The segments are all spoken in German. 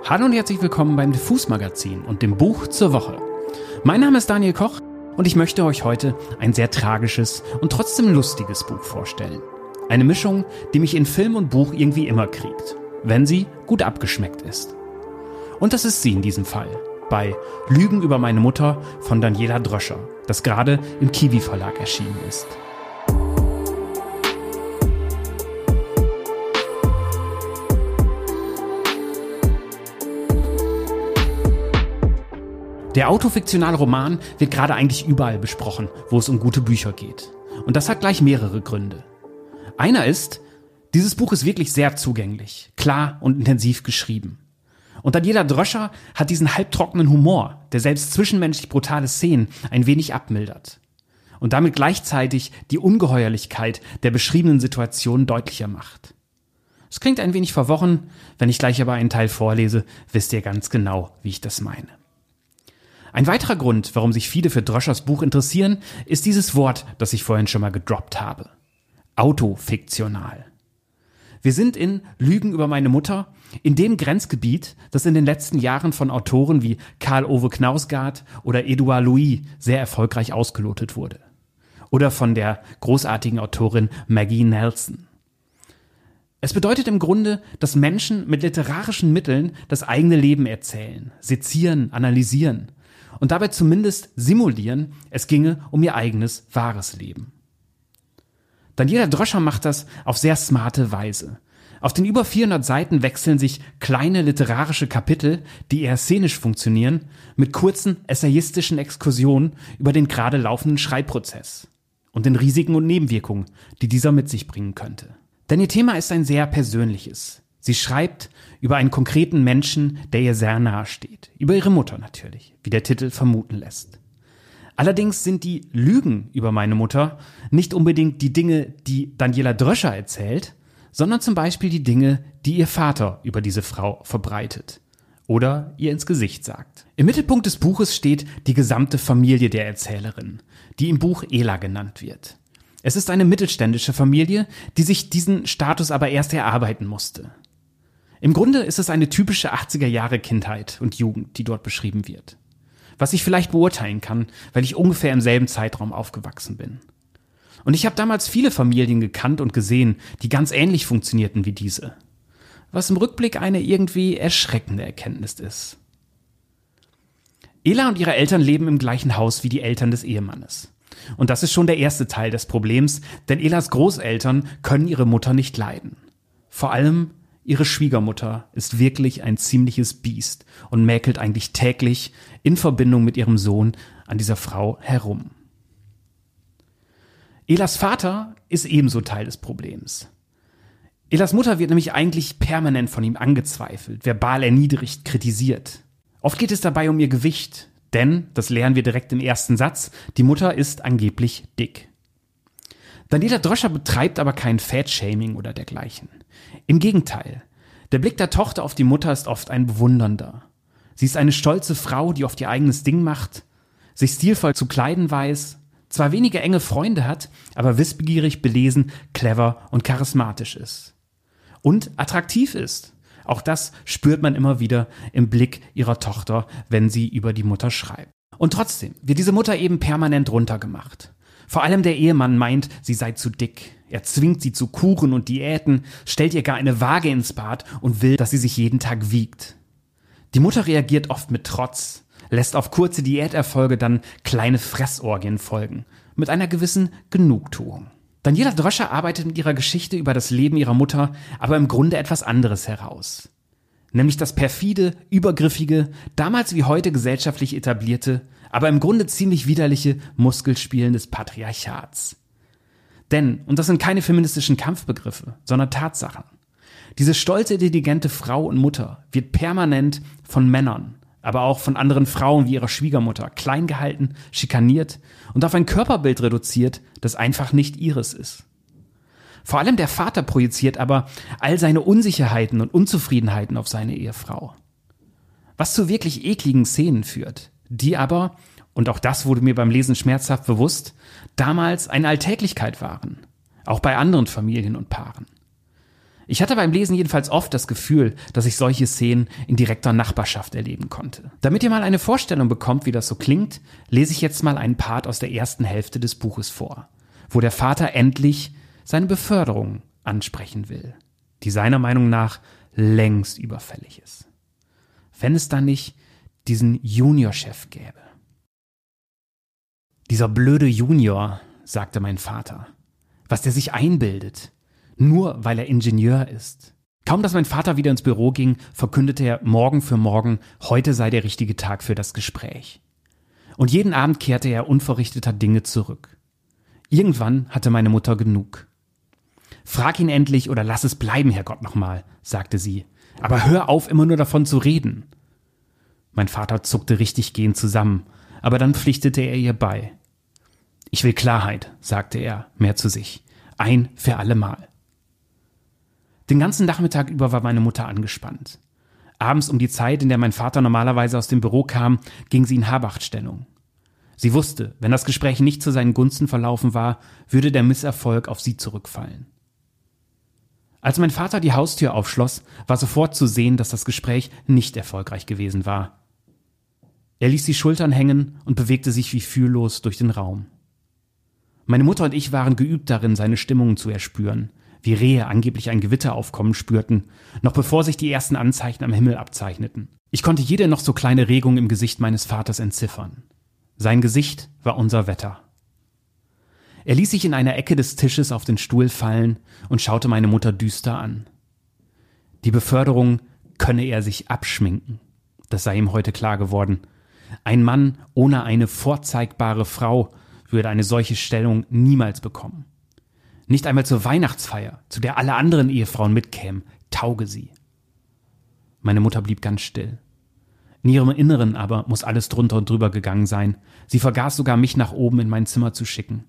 Hallo und herzlich willkommen beim Diffus-Magazin und dem Buch zur Woche. Mein Name ist Daniel Koch und ich möchte euch heute ein sehr tragisches und trotzdem lustiges Buch vorstellen. Eine Mischung, die mich in Film und Buch irgendwie immer kriegt, wenn sie gut abgeschmeckt ist. Und das ist sie in diesem Fall, bei Lügen über meine Mutter von Daniela Dröscher, das gerade im Kiwi Verlag erschienen ist. Der autofiktionale Roman wird gerade eigentlich überall besprochen, wo es um gute Bücher geht. Und das hat gleich mehrere Gründe. Einer ist, dieses Buch ist wirklich sehr zugänglich, klar und intensiv geschrieben. Und Daniela Dröscher hat diesen halbtrockenen Humor, der selbst zwischenmenschlich brutale Szenen ein wenig abmildert. Und damit gleichzeitig die Ungeheuerlichkeit der beschriebenen Situation deutlicher macht. Es klingt ein wenig verworren, wenn ich gleich aber einen Teil vorlese, wisst ihr ganz genau, wie ich das meine. Ein weiterer Grund, warum sich viele für Dröschers Buch interessieren, ist dieses Wort, das ich vorhin schon mal gedroppt habe. Autofiktional. Wir sind in Lügen über meine Mutter, in dem Grenzgebiet, das in den letzten Jahren von Autoren wie Karl Ove Knausgaard oder Edouard Louis sehr erfolgreich ausgelotet wurde. Oder von der großartigen Autorin Maggie Nelson. Es bedeutet im Grunde, dass Menschen mit literarischen Mitteln das eigene Leben erzählen, sezieren, analysieren und dabei zumindest simulieren, es ginge um ihr eigenes, wahres Leben. Daniela Dröscher macht das auf sehr smarte Weise. Auf den über 400 Seiten wechseln sich kleine literarische Kapitel, die eher szenisch funktionieren, mit kurzen essayistischen Exkursionen über den gerade laufenden Schreibprozess und den Risiken und Nebenwirkungen, die dieser mit sich bringen könnte. Denn ihr Thema ist ein sehr persönliches. Sie schreibt über einen konkreten Menschen, der ihr sehr nahe steht. Über ihre Mutter natürlich, wie der Titel vermuten lässt. Allerdings sind die Lügen über meine Mutter nicht unbedingt die Dinge, die Daniela Dröscher erzählt, sondern zum Beispiel die Dinge, die ihr Vater über diese Frau verbreitet oder ihr ins Gesicht sagt. Im Mittelpunkt des Buches steht die gesamte Familie der Erzählerin, die im Buch Ela genannt wird. Es ist eine mittelständische Familie, die sich diesen Status aber erst erarbeiten musste. Im Grunde ist es eine typische 80er-Jahre Kindheit und Jugend, die dort beschrieben wird. Was ich vielleicht beurteilen kann, weil ich ungefähr im selben Zeitraum aufgewachsen bin. Und ich habe damals viele Familien gekannt und gesehen, die ganz ähnlich funktionierten wie diese. Was im Rückblick eine irgendwie erschreckende Erkenntnis ist. Ela und ihre Eltern leben im gleichen Haus wie die Eltern des Ehemannes. Und das ist schon der erste Teil des Problems, denn Elas Großeltern können ihre Mutter nicht leiden. Vor allem ihre Schwiegermutter ist wirklich ein ziemliches Biest und mäkelt eigentlich täglich in Verbindung mit ihrem Sohn an dieser Frau herum. Elas Vater ist ebenso Teil des Problems. Elas Mutter wird nämlich eigentlich permanent von ihm angezweifelt, verbal erniedrigt, kritisiert. Oft geht es dabei um ihr Gewicht, denn, das lernen wir direkt im ersten Satz, die Mutter ist angeblich dick. Daniela Dröscher betreibt aber kein Fat-Shaming oder dergleichen. Im Gegenteil, der Blick der Tochter auf die Mutter ist oft ein bewundernder. Sie ist eine stolze Frau, die oft ihr eigenes Ding macht, sich stilvoll zu kleiden weiß, zwar wenige enge Freunde hat, aber wissbegierig, belesen, clever und charismatisch ist. Und attraktiv ist. Auch das spürt man immer wieder im Blick ihrer Tochter, wenn sie über die Mutter schreibt. Und trotzdem wird diese Mutter eben permanent runtergemacht. Vor allem der Ehemann meint, sie sei zu dick. Er zwingt sie zu Kuren und Diäten, stellt ihr gar eine Waage ins Bad und will, dass sie sich jeden Tag wiegt. Die Mutter reagiert oft mit Trotz, lässt auf kurze Diäterfolge dann kleine Fressorgien folgen, mit einer gewissen Genugtuung. Daniela Dröscher arbeitet mit ihrer Geschichte über das Leben ihrer Mutter aber im Grunde etwas anderes heraus. Nämlich das perfide, übergriffige, damals wie heute gesellschaftlich etablierte, aber im Grunde ziemlich widerliche Muskelspielen des Patriarchats. Denn, und das sind keine feministischen Kampfbegriffe, sondern Tatsachen, diese stolze, intelligente Frau und Mutter wird permanent von Männern, aber auch von anderen Frauen wie ihrer Schwiegermutter klein gehalten, schikaniert und auf ein Körperbild reduziert, das einfach nicht ihres ist. Vor allem der Vater projiziert aber all seine Unsicherheiten und Unzufriedenheiten auf seine Ehefrau. Was zu wirklich ekligen Szenen führt, die aber, und auch das wurde mir beim Lesen schmerzhaft bewusst, damals eine Alltäglichkeit waren, auch bei anderen Familien und Paaren. Ich hatte beim Lesen jedenfalls oft das Gefühl, dass ich solche Szenen in direkter Nachbarschaft erleben konnte. Damit ihr mal eine Vorstellung bekommt, wie das so klingt, lese ich jetzt mal einen Part aus der ersten Hälfte des Buches vor, wo der Vater endlich seine Beförderung ansprechen will, die seiner Meinung nach längst überfällig ist. Wenn es da nicht diesen Juniorchef gäbe. Dieser blöde Junior, sagte mein Vater, was der sich einbildet, nur weil er Ingenieur ist. Kaum, dass mein Vater wieder ins Büro ging, verkündete er Morgen für Morgen, heute sei der richtige Tag für das Gespräch. Und jeden Abend kehrte er unverrichteter Dinge zurück. Irgendwann hatte meine Mutter genug. Frag ihn endlich oder lass es bleiben, Herrgott nochmal, sagte sie. Aber hör auf, immer nur davon zu reden. Mein Vater zuckte richtig gehend zusammen, aber dann pflichtete er ihr bei. Ich will Klarheit, sagte er, mehr zu sich. Ein für alle Mal. Den ganzen Nachmittag über war meine Mutter angespannt. Abends um die Zeit, in der mein Vater normalerweise aus dem Büro kam, ging sie in Habachtstellung. Sie wusste, wenn das Gespräch nicht zu seinen Gunsten verlaufen war, würde der Misserfolg auf sie zurückfallen. Als mein Vater die Haustür aufschloss, war sofort zu sehen, dass das Gespräch nicht erfolgreich gewesen war. Er ließ die Schultern hängen und bewegte sich wie fühllos durch den Raum. Meine Mutter und ich waren geübt darin, seine Stimmungen zu erspüren, wie Rehe angeblich ein Gewitter aufkommen spürten, noch bevor sich die ersten Anzeichen am Himmel abzeichneten. Ich konnte jede noch so kleine Regung im Gesicht meines Vaters entziffern. Sein Gesicht war unser Wetter. Er ließ sich in einer Ecke des Tisches auf den Stuhl fallen und schaute meine Mutter düster an. Die Beförderung könne er sich abschminken, das sei ihm heute klar geworden. Ein Mann ohne eine vorzeigbare Frau würde eine solche Stellung niemals bekommen. Nicht einmal zur Weihnachtsfeier, zu der alle anderen Ehefrauen mitkämen, tauge sie. Meine Mutter blieb ganz still. In ihrem Inneren aber muss alles drunter und drüber gegangen sein. Sie vergaß sogar, mich nach oben in mein Zimmer zu schicken.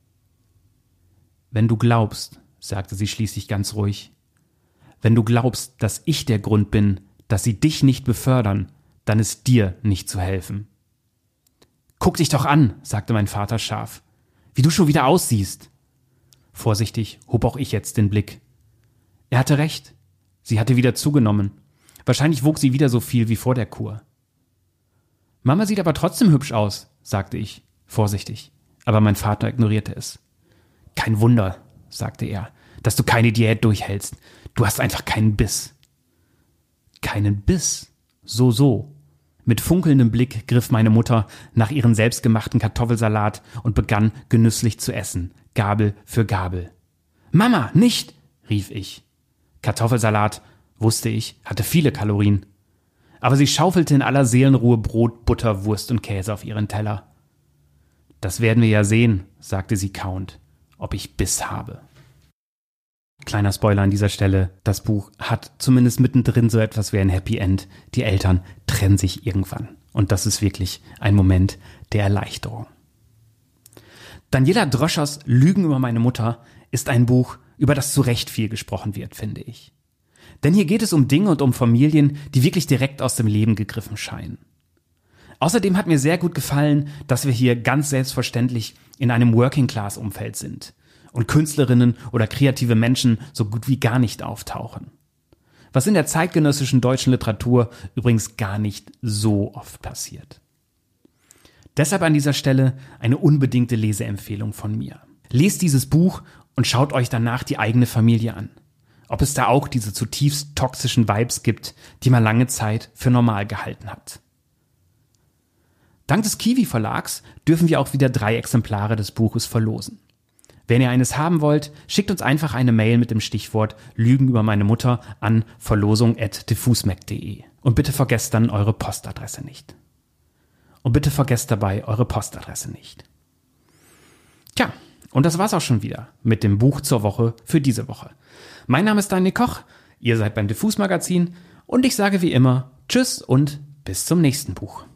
Wenn du glaubst, sagte sie schließlich ganz ruhig, wenn du glaubst, dass ich der Grund bin, dass sie dich nicht befördern, dann ist dir nicht zu helfen. Guck dich doch an, sagte mein Vater scharf, wie du schon wieder aussiehst. Vorsichtig hob auch ich jetzt den Blick. Er hatte recht, sie hatte wieder zugenommen. Wahrscheinlich wog sie wieder so viel wie vor der Kur. Mama sieht aber trotzdem hübsch aus, sagte ich, vorsichtig, aber mein Vater ignorierte es. Kein Wunder, sagte er, dass du keine Diät durchhältst. Du hast einfach keinen Biss. Keinen Biss? So. Mit funkelndem Blick griff meine Mutter nach ihrem selbstgemachten Kartoffelsalat und begann genüsslich zu essen, Gabel für Gabel. Mama, nicht, rief ich. Kartoffelsalat, wusste ich, hatte viele Kalorien. Aber sie schaufelte in aller Seelenruhe Brot, Butter, Wurst und Käse auf ihren Teller. Das werden wir ja sehen, sagte sie kauend, ob ich Biss habe. Kleiner Spoiler an dieser Stelle, das Buch hat zumindest mittendrin so etwas wie ein Happy End. Die Eltern trennen sich irgendwann. Und das ist wirklich ein Moment der Erleichterung. Daniela Droschers Lügen über meine Mutter ist ein Buch, über das zu Recht viel gesprochen wird, finde ich. Denn hier geht es um Dinge und um Familien, die wirklich direkt aus dem Leben gegriffen scheinen. Außerdem hat mir sehr gut gefallen, dass wir hier ganz selbstverständlich in einem Working-Class-Umfeld sind und Künstlerinnen oder kreative Menschen so gut wie gar nicht auftauchen. Was in der zeitgenössischen deutschen Literatur übrigens gar nicht so oft passiert. Deshalb an dieser Stelle eine unbedingte Leseempfehlung von mir. Lest dieses Buch und schaut euch danach die eigene Familie an. Ob es da auch diese zutiefst toxischen Vibes gibt, die man lange Zeit für normal gehalten hat. Dank des Kiwi Verlags dürfen wir auch wieder 3 Exemplare des Buches verlosen. Wenn ihr eines haben wollt, schickt uns einfach eine Mail mit dem Stichwort Lügen über meine Mutter an verlosung@diffusmac.de. Und bitte vergesst dann eure Postadresse nicht. Und bitte vergesst dabei eure Postadresse nicht. Tja, und das war's auch schon wieder mit dem Buch zur Woche für diese Woche. Mein Name ist Daniel Koch, ihr seid beim Diffus Magazin und ich sage wie immer Tschüss und bis zum nächsten Buch.